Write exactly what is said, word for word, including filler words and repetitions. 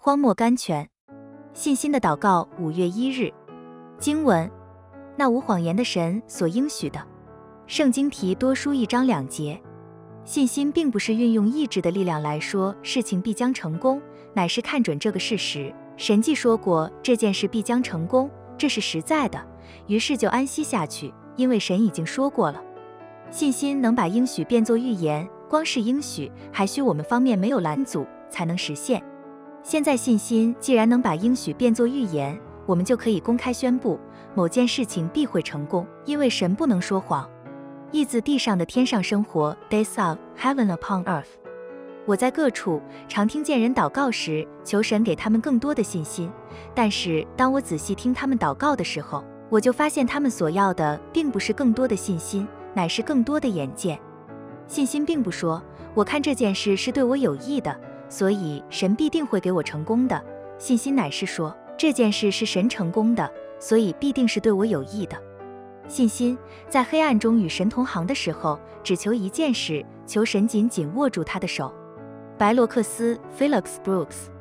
荒漠甘泉。信心的祷告，五月一日。经文：那无谎言的神所应许的。圣经提多书一章两节。信心并不是运用意志的力量来说事情必将成功，乃是看准这个事实，神既说过这件事必将成功，这是实在的，于是就安息下去，因为神已经说过了。信心能把应许变作预言，光是应许还需我们方面没有拦阻才能实现。现在信心既然能把应许变作预言，我们就可以公开宣布某件事情必会成功，因为神不能说谎。译自地上的天上生活 Days of Heaven upon Earth。 我在各处常听见人祷告时求神给他们更多的信心，但是当我仔细听他们祷告的时候，我就发现他们所要的并不是更多的信心，乃是更多的眼见。信心并不说我看这件事是对我有益的，所以神必定会给我成功的。信心乃是说这件事是神成功的，所以必定是对我有益的。信心在黑暗中与神同行的时候，只求一件事，求神紧紧握住他的手。白罗克斯 Felix Brooks。